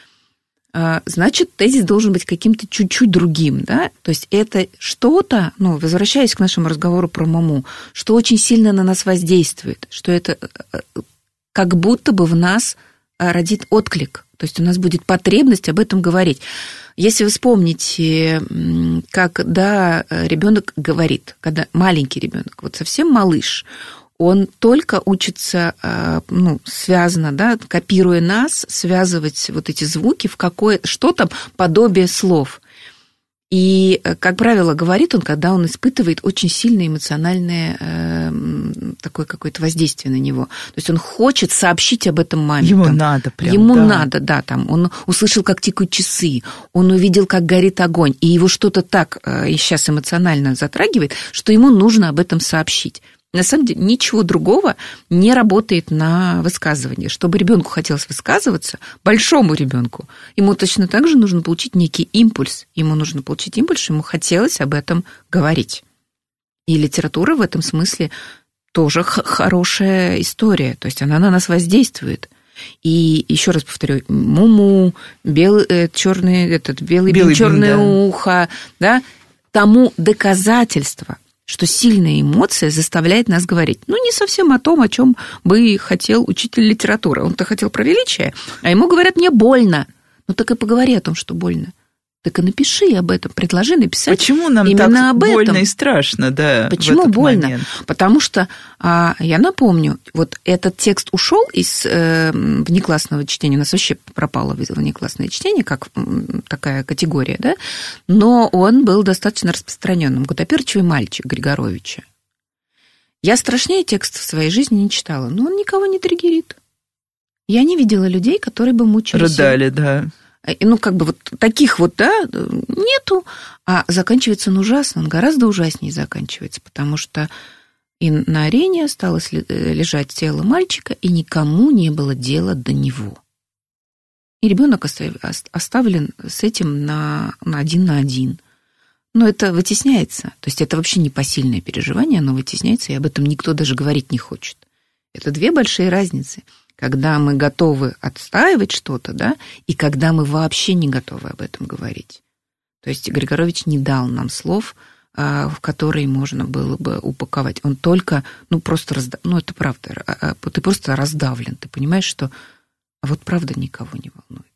Значит, тезис должен быть каким-то чуть-чуть другим, да? То есть это что-то, ну, возвращаясь к нашему разговору про Муму, что очень сильно на нас воздействует, что это как будто бы в нас родит отклик, то есть у нас будет потребность об этом говорить. Если вы вспомните, как, да, ребенок говорит, когда маленький ребенок, вот совсем малыш, он только учится, ну, связано, да, копируя нас, связывать вот эти звуки в какое-то, что-то подобие слов. И, как правило, говорит он, когда он испытывает очень сильное эмоциональное э, такое какое-то воздействие на него. То есть он хочет сообщить об этом маме. Ему там, надо прям, Ему да. надо, да. Там, он услышал, как тикают часы, он увидел, как горит огонь, и его что-то так э, и сейчас эмоционально затрагивает, что ему нужно об этом сообщить. На самом деле ничего другого не работает на высказывание. Чтобы ребенку хотелось высказываться, большому ребенку, ему точно так же нужно получить некий импульс. Ему нужно получить импульс, что ему хотелось об этом говорить. И литература в этом смысле тоже хорошая история. То есть она на нас воздействует. И еще раз повторю, Муму, белый, э, черный, этот, белый, белый бин, черное бин, да. ухо, да, тому доказательство, что сильная эмоция заставляет нас говорить. Ну, не совсем о том, о чем бы хотел учитель литературы. Он-то хотел про величие, а ему говорят: мне больно. Ну, так и поговори о том, что больно. Так и напиши об этом, предложи написать. Почему нам именно так об больно этом. и страшно, да? Почему в этот больно? момент? Потому что, а, я напомню, вот этот текст ушел из э, внеклассного чтения, у нас вообще пропало внеклассное чтение, как такая категория, да, но он был достаточно распространенным. «Гутоперчивый мальчик» Григоровича. Я страшнее текстов в своей жизни не читала, но он никого не триггерит. Я не видела людей, которые бы мучились. Рыдали, да. Ну, как бы вот таких вот, да, нету. А заканчивается он ужасно, он гораздо ужаснее заканчивается, потому что и на арене осталось лежать тело мальчика, и никому не было дела до него. И ребенок оставлен с этим на, на один на один. Но это вытесняется. То есть это вообще непосильное переживание, оно вытесняется, и об этом никто даже говорить не хочет. Это две большие разницы. Когда мы готовы отстаивать что-то, да, и когда мы вообще не готовы об этом говорить. То есть Григорович не дал нам слов, в которые можно было бы упаковать. Он только, ну, просто раздав... ну, это правда, ты просто раздавлен, ты понимаешь, что а вот правда никого не волнует.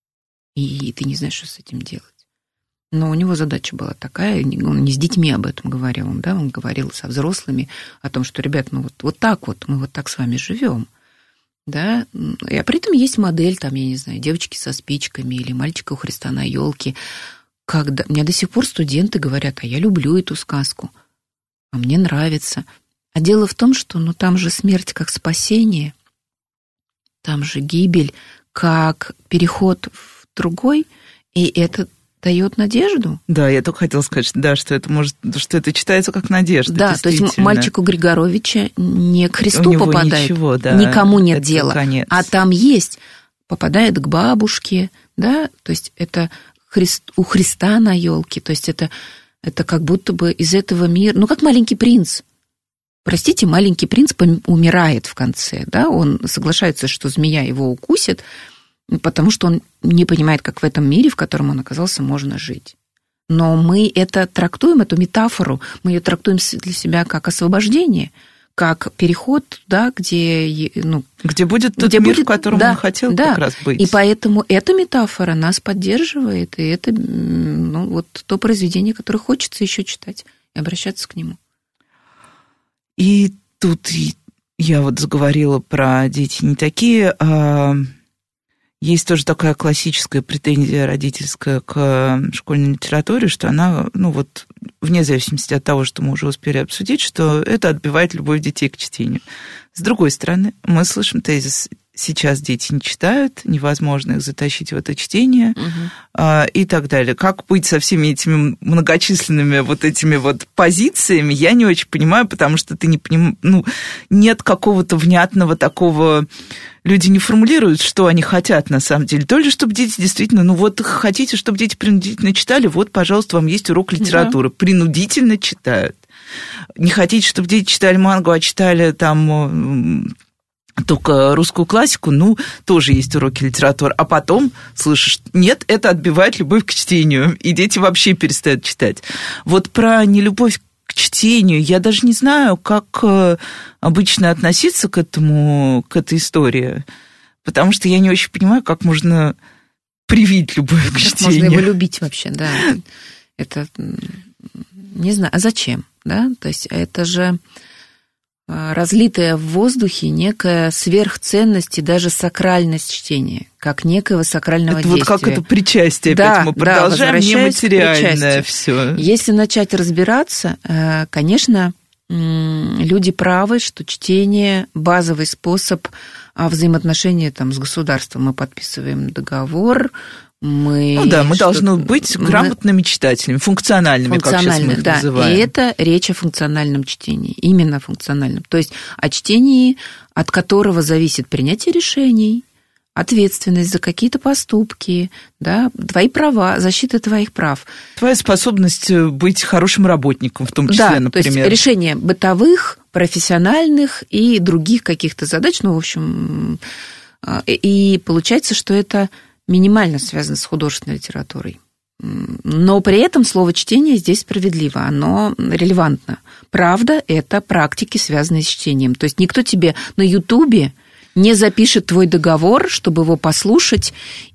И ты не знаешь, что с этим делать. Но у него задача была такая, он не с детьми об этом говорил, да, он говорил со взрослыми о том, что, ребят, ну вот, вот так вот, мы вот так с вами живем. Да, и при этом есть модель, там, я не знаю, девочки со спичками или мальчика у Христа на елке. Когда... Мне до сих пор студенты говорят, а я люблю эту сказку, а мне нравится. А дело в том, что ну, там же смерть как спасение, там же гибель как переход в другой, и это дает надежду. Да, я только хотела сказать, что, да, что это может, что это читается как надежда. Да, то есть мальчику Григоровича не к Христу попадает, ничего, да, никому нет это дела, конец. А там есть, попадает к бабушке, да, то есть это Христ, у Христа на елке, то есть это, это как будто бы из этого мира, ну как маленький принц. Простите, маленький принц умирает в конце, да, он соглашается, что змея его укусит, потому что он не понимает, как в этом мире, в котором он оказался, можно жить. Но мы это трактуем, эту метафору, мы ее трактуем для себя как освобождение, как переход, да, где... Ну, где будет тот где мир, будет, в котором да, он хотел да. как раз быть. И поэтому эта метафора нас поддерживает, и это ну, вот то произведение, которое хочется еще читать и обращаться к нему. И тут я вот заговорила про «Дети не такие», а... Есть тоже такая классическая претензия родительская к школьной литературе, что она, ну вот, вне зависимости от того, что мы уже успели обсудить, что это отбивает любовь детей к чтению. С другой стороны, мы слышим тезис «сейчас дети не читают, невозможно их затащить в это чтение», угу. и так далее. Как быть со всеми этими многочисленными вот этими вот позициями, я не очень понимаю, потому что ты не понимаешь, ну, нет какого-то внятного такого... Люди не формулируют, что они хотят на самом деле. То ли, чтобы дети действительно, ну вот хотите, чтобы дети принудительно читали, вот, пожалуйста, вам есть урок литературы. Да. Принудительно читают. Не хотите, чтобы дети читали мангу, а читали там только русскую классику, ну, тоже есть уроки литературы. А потом слышишь, нет, это отбивает любовь к чтению, и дети вообще перестают читать. Вот про нелюбовь к чтению я даже не знаю, как обычно относиться к этому, к этой истории, потому что я не очень понимаю, как можно привить любовь к чтению. Можно его любить вообще, да. Это, не знаю, а зачем, да? То есть это же разлитая в воздухе некая сверхценность и даже сакральность чтения, как некого сакрального это действия. Вот как это причастие, да, опять мы продолжаем, да, нематериальное все. Если начать разбираться, конечно, люди правы, что чтение – базовый способ взаимоотношения там, с государством. Мы подписываем договор, мы... Ну да, мы должны быть грамотными читателями, функциональными, как сейчас мы их да. называем. И это речь о функциональном чтении, именно функциональном. То есть о чтении, от которого зависит принятие решений, ответственность за какие-то поступки, да, твои права, защита твоих прав. Твоя способность быть хорошим работником, в том числе, да, например. То есть решение бытовых, профессиональных и других каких-то задач, ну, в общем, и получается, что это минимально связано с художественной литературой. Но при этом слово «чтение» здесь справедливо, оно релевантно. Правда, это практики, связанные с чтением. То есть никто тебе на Ютубе не запишет твой договор, чтобы его послушать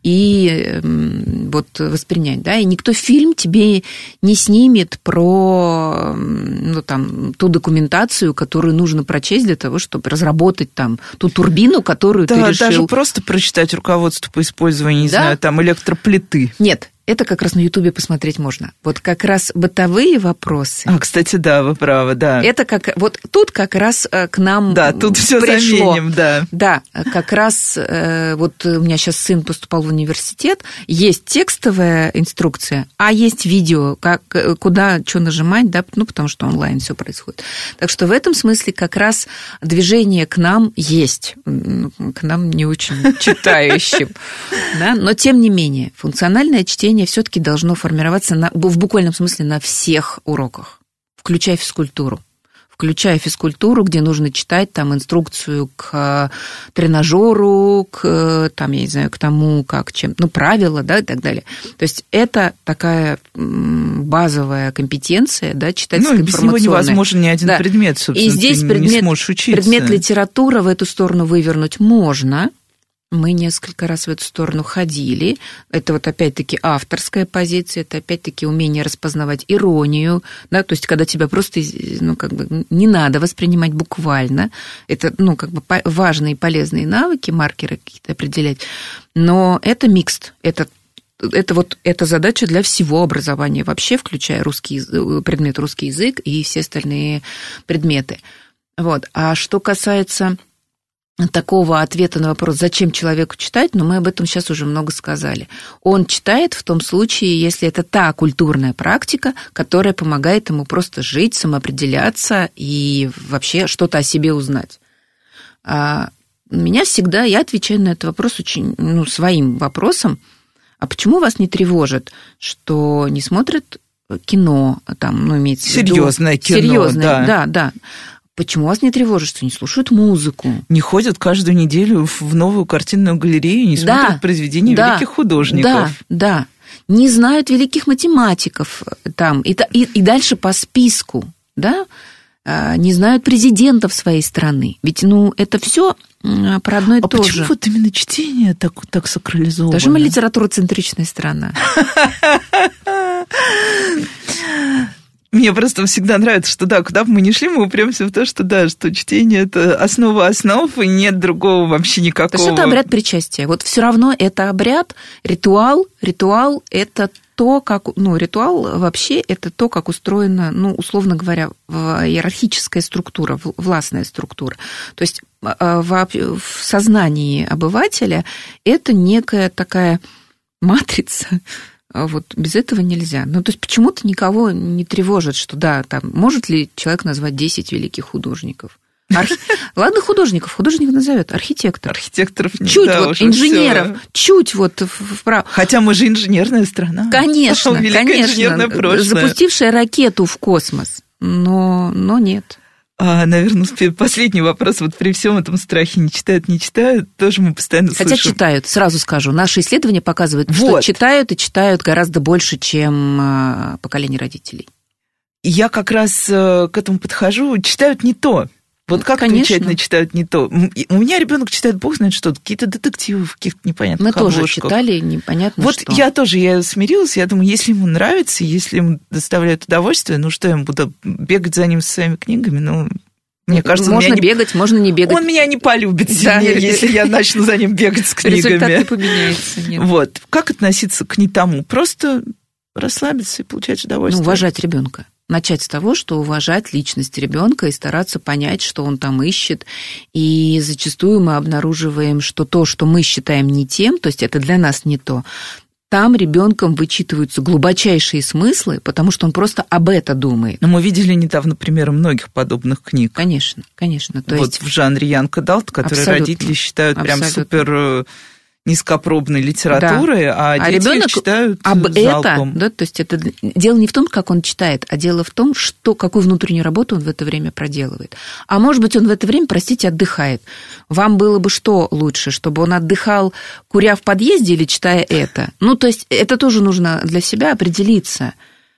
и вот воспринять, да, и никто фильм тебе не снимет про, ну, там, ту документацию, которую нужно прочесть для того, чтобы разработать там ту турбину, которую да, ты решил. Даже просто прочитать руководство по использованию, не да? знаю, там, электроплиты. Нет. Это как раз на Ютубе посмотреть можно. Вот как раз бытовые вопросы. А, кстати, да, вы правы, да. Это как... Вот тут как раз к нам да, тут все пришло. Заменим, да. Да, как раз вот у меня сейчас сын поступал в университет, есть текстовая инструкция, а есть видео, как, куда что нажимать, да, ну, потому что онлайн все происходит. Так что в этом смысле как раз движение к нам есть, к нам не очень читающим, да, но тем не менее функциональное чтение все-таки должно формироваться на, в буквальном смысле на всех уроках, включая физкультуру. Включая физкультуру, где нужно читать там инструкцию к тренажеру, к, там, я не знаю, к тому, как чем, ну, правила, да, и так далее. То есть это такая базовая компетенция, да, читательская, информационная. Ну, без него невозможен ни один да. предмет, собственно, и здесь ты предмет, не сможешь учиться. Предмет литература в эту сторону вывернуть можно. Мы несколько раз в эту сторону ходили. Это вот опять-таки авторская позиция, это опять-таки умение распознавать иронию, да, то есть когда тебя просто, ну, как бы не надо воспринимать буквально. Это, ну, как бы важные и полезные навыки, маркеры какие-то определять. Но это микст, это Это вот эта задача для всего образования вообще, включая русский, предмет русский язык и все остальные предметы. Вот. А что касается такого ответа на вопрос, зачем человеку читать, но мы об этом сейчас уже много сказали. Он читает в том случае, если это та культурная практика, которая помогает ему просто жить, самоопределяться и вообще что-то о себе узнать. А меня всегда, я отвечаю на этот вопрос очень, ну, своим вопросом, а почему вас не тревожит, что не смотрят кино, там, ну, имеется в виду... Серьезное кино, серьезное, да, да, да. Почему вас не тревожит, что не слушают музыку? Не ходят каждую неделю в новую картинную галерею, не да, смотрят произведения да, великих художников. Да, да. Не знают великих математиков там, и, и, и дальше по списку, да, не знают президентов своей страны. Ведь, ну, это все про одно и а то же. А почему вот именно чтение так, так сакрализовано? Даже мы литературоцентричная страна. Мне просто всегда нравится, что да, куда бы мы ни шли, мы упремся в то, что да, что чтение – это основа основ, и нет другого вообще никакого. То есть это обряд причастия. Вот все равно это обряд, ритуал. Ритуал – это то, как… Ну, ритуал вообще – это то, как устроена, ну, условно говоря, иерархическая структура, властная структура. То есть в сознании обывателя это некая такая матрица. Вот без этого нельзя. Ну, то есть почему-то никого не тревожит, что да, там, может ли человек назвать десять великих художников? Архи... Ладно, художников, художник назовет, архитектор. Архитекторов нет. Чуть да, вот инженеров, всё. Чуть вот вправо. Хотя мы же инженерная страна. Конечно, конечно. Запустившая ракету в космос, но, но нет. А, наверное, последний вопрос. Вот при всем этом страхе не читают, не читают, тоже мы постоянно Хотя слышим. Хотя читают, сразу скажу. Наши исследования показывают, вот. что читают и читают гораздо больше, чем поколение родителей. Я как раз к этому подхожу. Читают не то. Вот как Конечно. отвечать на читают не то? У меня ребенок читает, бог знает что, какие-то детективы в каких-то непонятных Мы обложках. тоже читали, непонятно вот что. Вот я тоже, я смирилась, я думаю, если ему нравится, если ему доставляет удовольствие, ну что, я буду бегать за ним со своими книгами, ну... Мне кажется, можно меня бегать, не... можно не бегать. Он меня не полюбит сильнее, да, если я начну за ним бегать с книгами. Результат не поменяется. Нет. Вот. Как относиться к не тому? Просто расслабиться и получать удовольствие. Ну, уважать ребенка. Начать с того, что уважать личность ребенка и стараться понять, что он там ищет. И зачастую мы обнаруживаем, что то, что мы считаем не тем, то есть это для нас не то, там ребенком вычитываются глубочайшие смыслы, потому что он просто об этом думает. Но мы видели недавно примеры многих подобных книг. Конечно, конечно. То вот есть... в жанре Янка Далт, который Абсолютно. Родители считают прям Абсолютно. супер низкопробной литературой, да. а, а дети ребенок читают об залпом. Это, да, то есть это дело не в том, как он читает, а дело в том, что, какую внутреннюю работу он в это время проделывает. А может быть, он в это время, простите, отдыхает. Вам было бы что лучше, чтобы он отдыхал, куря в подъезде или читая это? Ну, то есть это тоже нужно для себя определиться,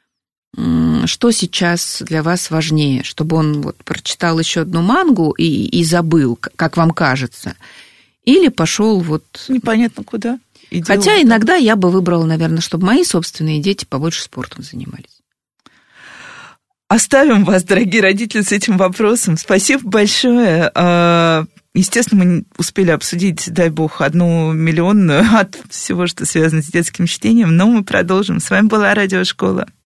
что сейчас для вас важнее, чтобы он вот прочитал еще одну мангу и, и забыл, как вам кажется, или пошел вот... Непонятно куда. Хотя иногда я бы выбрала, наверное, чтобы мои собственные дети побольше спортом занимались. Оставим вас, дорогие родители, с этим вопросом. Спасибо большое. Естественно, мы успели обсудить, дай бог, одну миллионную от всего, что связано с детским чтением, но мы продолжим. С вами была Радиошкола.